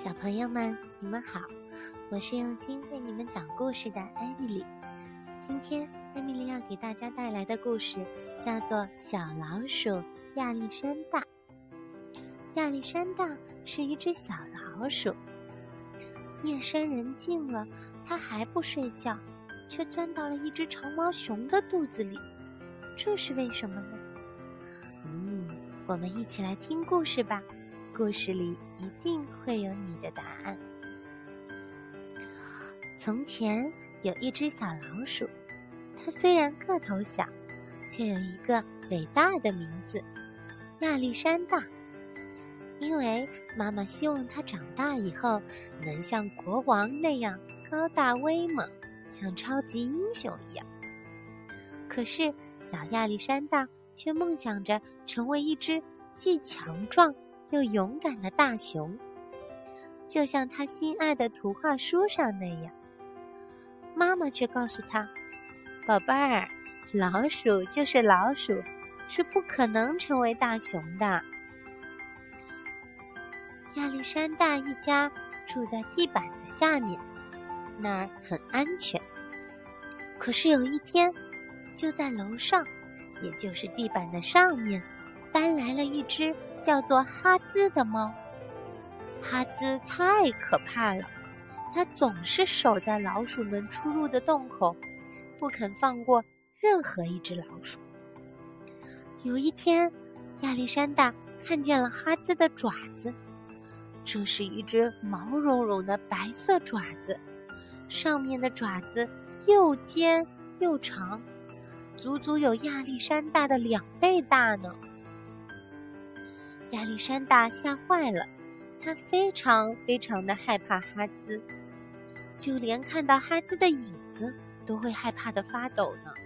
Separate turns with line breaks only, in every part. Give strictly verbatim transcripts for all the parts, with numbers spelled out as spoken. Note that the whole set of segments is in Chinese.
小朋友们，你们好，我是用心为你们讲故事的艾米丽。今天艾米丽要给大家带来的故事叫做《小老鼠亚历山大》。亚历山大是一只小老鼠，夜深人静了，它还不睡觉，却钻到了一只长毛熊的肚子里，这是为什么呢？嗯，我们一起来听故事吧。故事里一定会有你的答案。从前有一只小老鼠，它虽然个头小，却有一个伟大的名字——亚历山大。因为妈妈希望它长大以后能像国王那样高大威猛，像超级英雄一样。可是小亚历山大却梦想着成为一只既强壮又勇敢的大熊，就像他心爱的图画书上那样。妈妈却告诉他：宝贝儿，老鼠就是老鼠，是不可能成为大熊的。亚历山大一家住在地板的下面，那儿很安全。可是有一天，就在楼上，也就是地板的上面，搬来了一只叫做哈兹的猫。哈兹太可怕了，它总是守在老鼠们出入的洞口，不肯放过任何一只老鼠。有一天，亚历山大看见了哈兹的爪子，这是一只毛茸茸的白色爪子，上面的爪子又尖又长，足足有亚历山大的两倍大呢。亚历山大吓坏了，他非常非常的害怕哈兹，就连看到哈兹的影子都会害怕的发抖呢。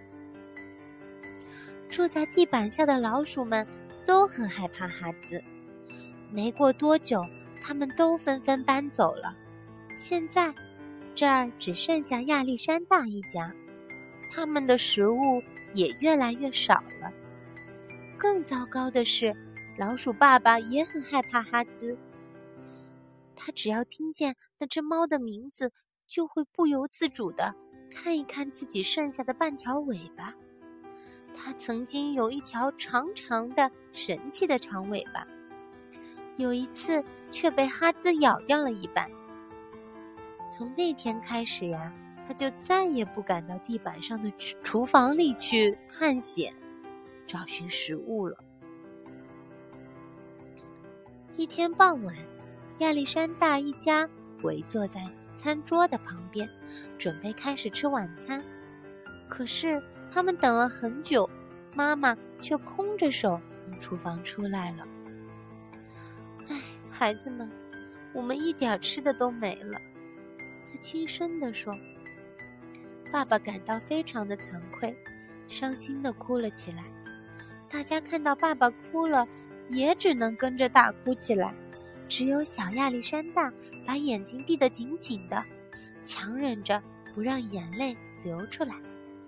住在地板下的老鼠们都很害怕哈兹，没过多久，他们都纷纷搬走了。现在，这儿只剩下亚历山大一家，他们的食物也越来越少了。更糟糕的是，老鼠爸爸也很害怕哈兹，他只要听见那只猫的名字，就会不由自主地看一看自己剩下的半条尾巴。他曾经有一条长长的神奇的长尾巴，有一次却被哈兹咬掉了一半。从那天开始呀，他就再也不敢到地板上的厨房里去探险，找寻食物了。一天傍晚，亚历山大一家围坐在餐桌的旁边，准备开始吃晚餐。可是他们等了很久，妈妈却空着手从厨房出来了。唉，孩子们，我们一点吃的都没了，他轻声地说。爸爸感到非常的惭愧，伤心地哭了起来。大家看到爸爸哭了，也只能跟着大哭起来。只有小亚历山大把眼睛闭得紧紧的，强忍着不让眼泪流出来。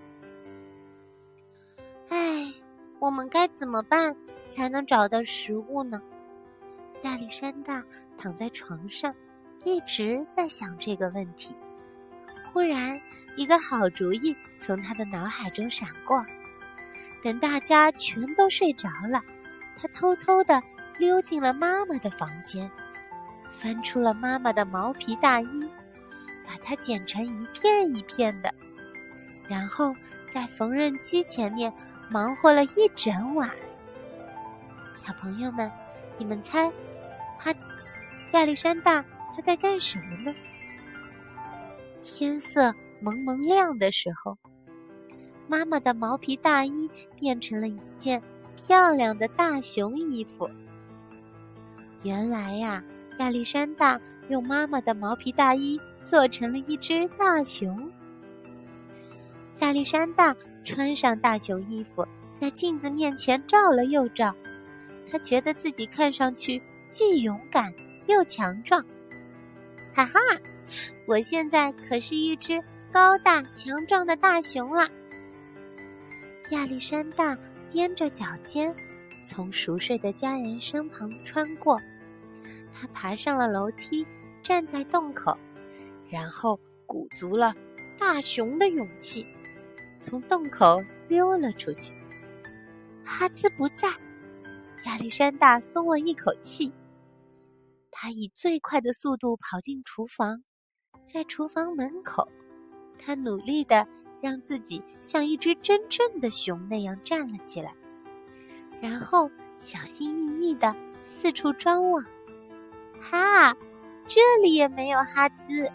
唉，我们该怎么办才能找到食物呢？亚历山大躺在床上，一直在想这个问题。忽然，一个好主意从他的脑海中闪过。等大家全都睡着了，他偷偷地溜进了妈妈的房间，翻出了妈妈的毛皮大衣，把它剪成一片一片的，然后在缝纫机前面忙活了一整晚。小朋友们，你们猜，哈，亚历山大他在干什么呢？天色蒙蒙亮的时候，妈妈的毛皮大衣变成了一件漂亮的大熊衣服。原来呀，亚历山大用妈妈的毛皮大衣做成了一只大熊。亚历山大穿上大熊衣服，在镜子面前照了又照，他觉得自己看上去既勇敢又强壮。哈哈，我现在可是一只高大强壮的大熊了。亚历山大踮着脚尖，从熟睡的家人身旁穿过，他爬上了楼梯， 站在洞口，然后鼓足了大熊的勇气，从洞口溜了出去。哈兹不在，亚历山大松了一口气。他以最快的速度跑进厨房，在厨房门口，他努力地让自己像一只真正的熊那样站了起来，然后小心翼翼地四处张望。哈，这里也没有哈兹。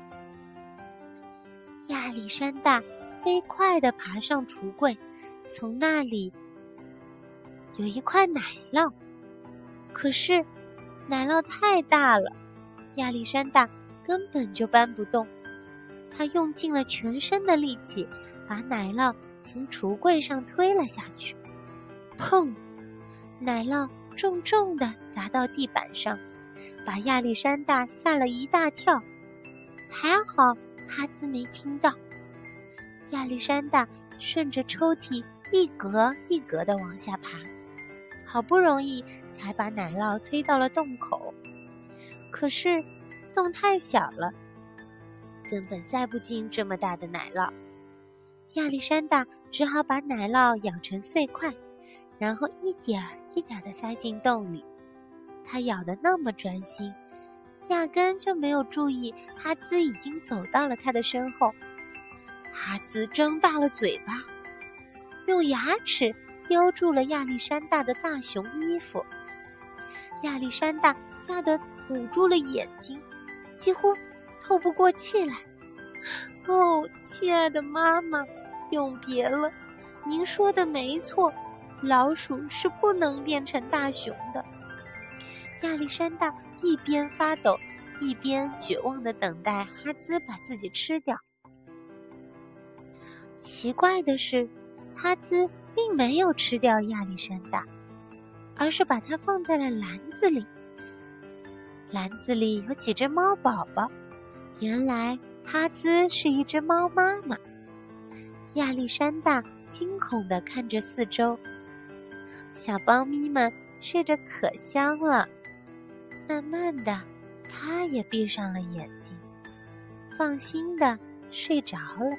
亚历山大飞快地爬上橱柜，从那里有一块奶酪，可是奶酪太大了，亚历山大根本就搬不动。他用尽了全身的力气，把奶酪从橱柜上推了下去。砰！奶酪重重地砸到地板上，把亚历山大吓了一大跳。还好哈兹没听到。亚历山大顺着抽屉一格一格地往下爬，好不容易才把奶酪推到了洞口。可是洞太小了，根本塞不进这么大的奶酪。亚历山大只好把奶酪咬成碎块，然后一点儿一点地塞进洞里。他咬得那么专心，压根就没有注意哈兹已经走到了他的身后。哈兹睁大了嘴巴，用牙齿叼住了亚历山大的大熊衣服。亚历山大吓得捂住了眼睛，几乎透不过气来。哦，亲爱的妈妈，永别了，您说的没错，老鼠是不能变成大熊的。亚历山大一边发抖，一边绝望地等待哈兹把自己吃掉。奇怪的是，哈兹并没有吃掉亚历山大，而是把它放在了篮子里。篮子里有几只猫宝宝，原来哈兹是一只猫妈妈。亚历山大惊恐地看着四周，小猫咪们睡着可香了。慢慢的，他也闭上了眼睛，放心地睡着了。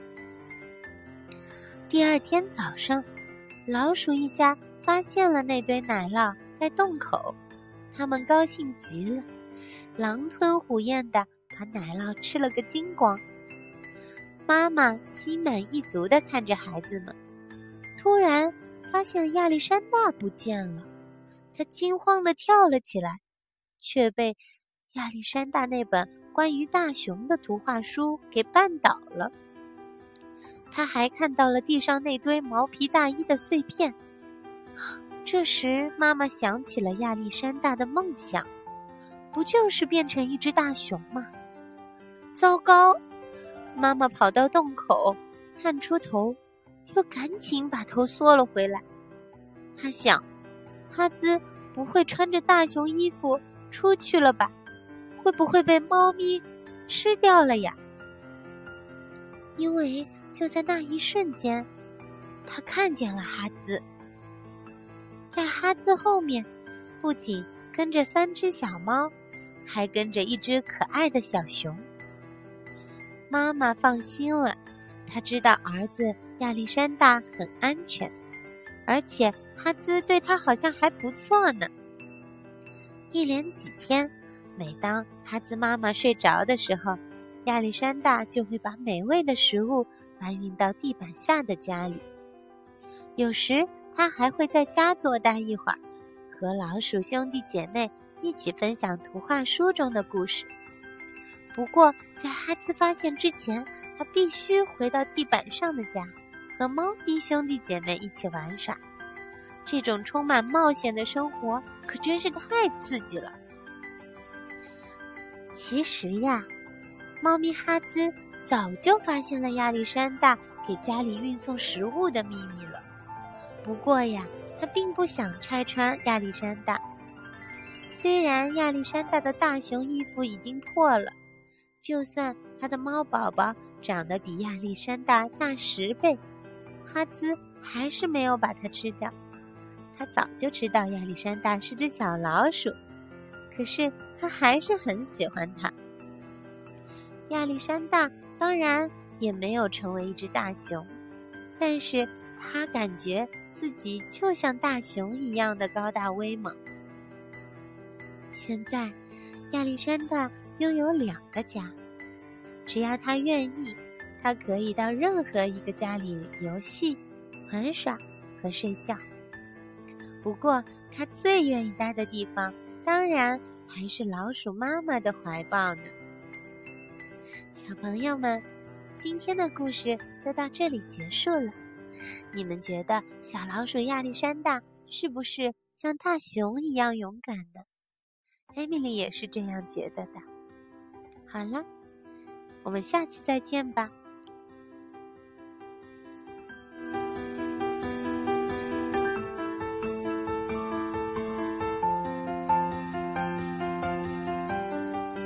第二天早上，老鼠一家发现了那堆奶酪在洞口，他们高兴极了，狼吞虎咽地把奶酪吃了个精光。妈妈心满意足地看着孩子们，突然发现亚历山大不见了，他惊慌地跳了起来，却被亚历山大那本关于大熊的图画书给绊倒了。他还看到了地上那堆毛皮大衣的碎片。这时妈妈想起了亚历山大的梦想，不就是变成一只大熊吗？糟糕！妈妈跑到洞口，探出头，又赶紧把头缩了回来。她想，哈兹不会穿着大熊衣服出去了吧？会不会被猫咪吃掉了呀？因为就在那一瞬间，他看见了哈兹。在哈兹后面，不仅跟着三只小猫，还跟着一只可爱的小熊。妈妈放心了，她知道儿子亚历山大很安全，而且哈兹对他好像还不错呢。一连几天，每当哈兹妈妈睡着的时候，亚历山大就会把美味的食物搬运到地板下的家里。有时他还会在家多待一会儿，和老鼠兄弟姐妹一起分享图画书中的故事。不过在哈兹发现之前，他必须回到地板上的家，和猫咪兄弟姐妹一起玩耍。这种充满冒险的生活可真是太刺激了。其实呀，猫咪哈兹早就发现了亚历山大给家里运送食物的秘密了。不过呀，他并不想拆穿亚历山大。虽然亚历山大的大熊衣服已经破了，就算他的猫宝宝长得比亚历山大大十倍，哈兹还是没有把它吃掉。他早就知道亚历山大是只小老鼠，可是他还是很喜欢它。亚历山大当然也没有成为一只大熊，但是他感觉自己就像大熊一样的高大威猛。现在，亚历山大拥有两个家，只要他愿意，他可以到任何一个家里游戏、玩耍和睡觉。不过，他最愿意待的地方，当然还是老鼠妈妈的怀抱呢。小朋友们，今天的故事就到这里结束了。你们觉得小老鼠亚历山大是不是像大熊一样勇敢呢？艾米丽也是这样觉得的。好了，我们下次再见吧。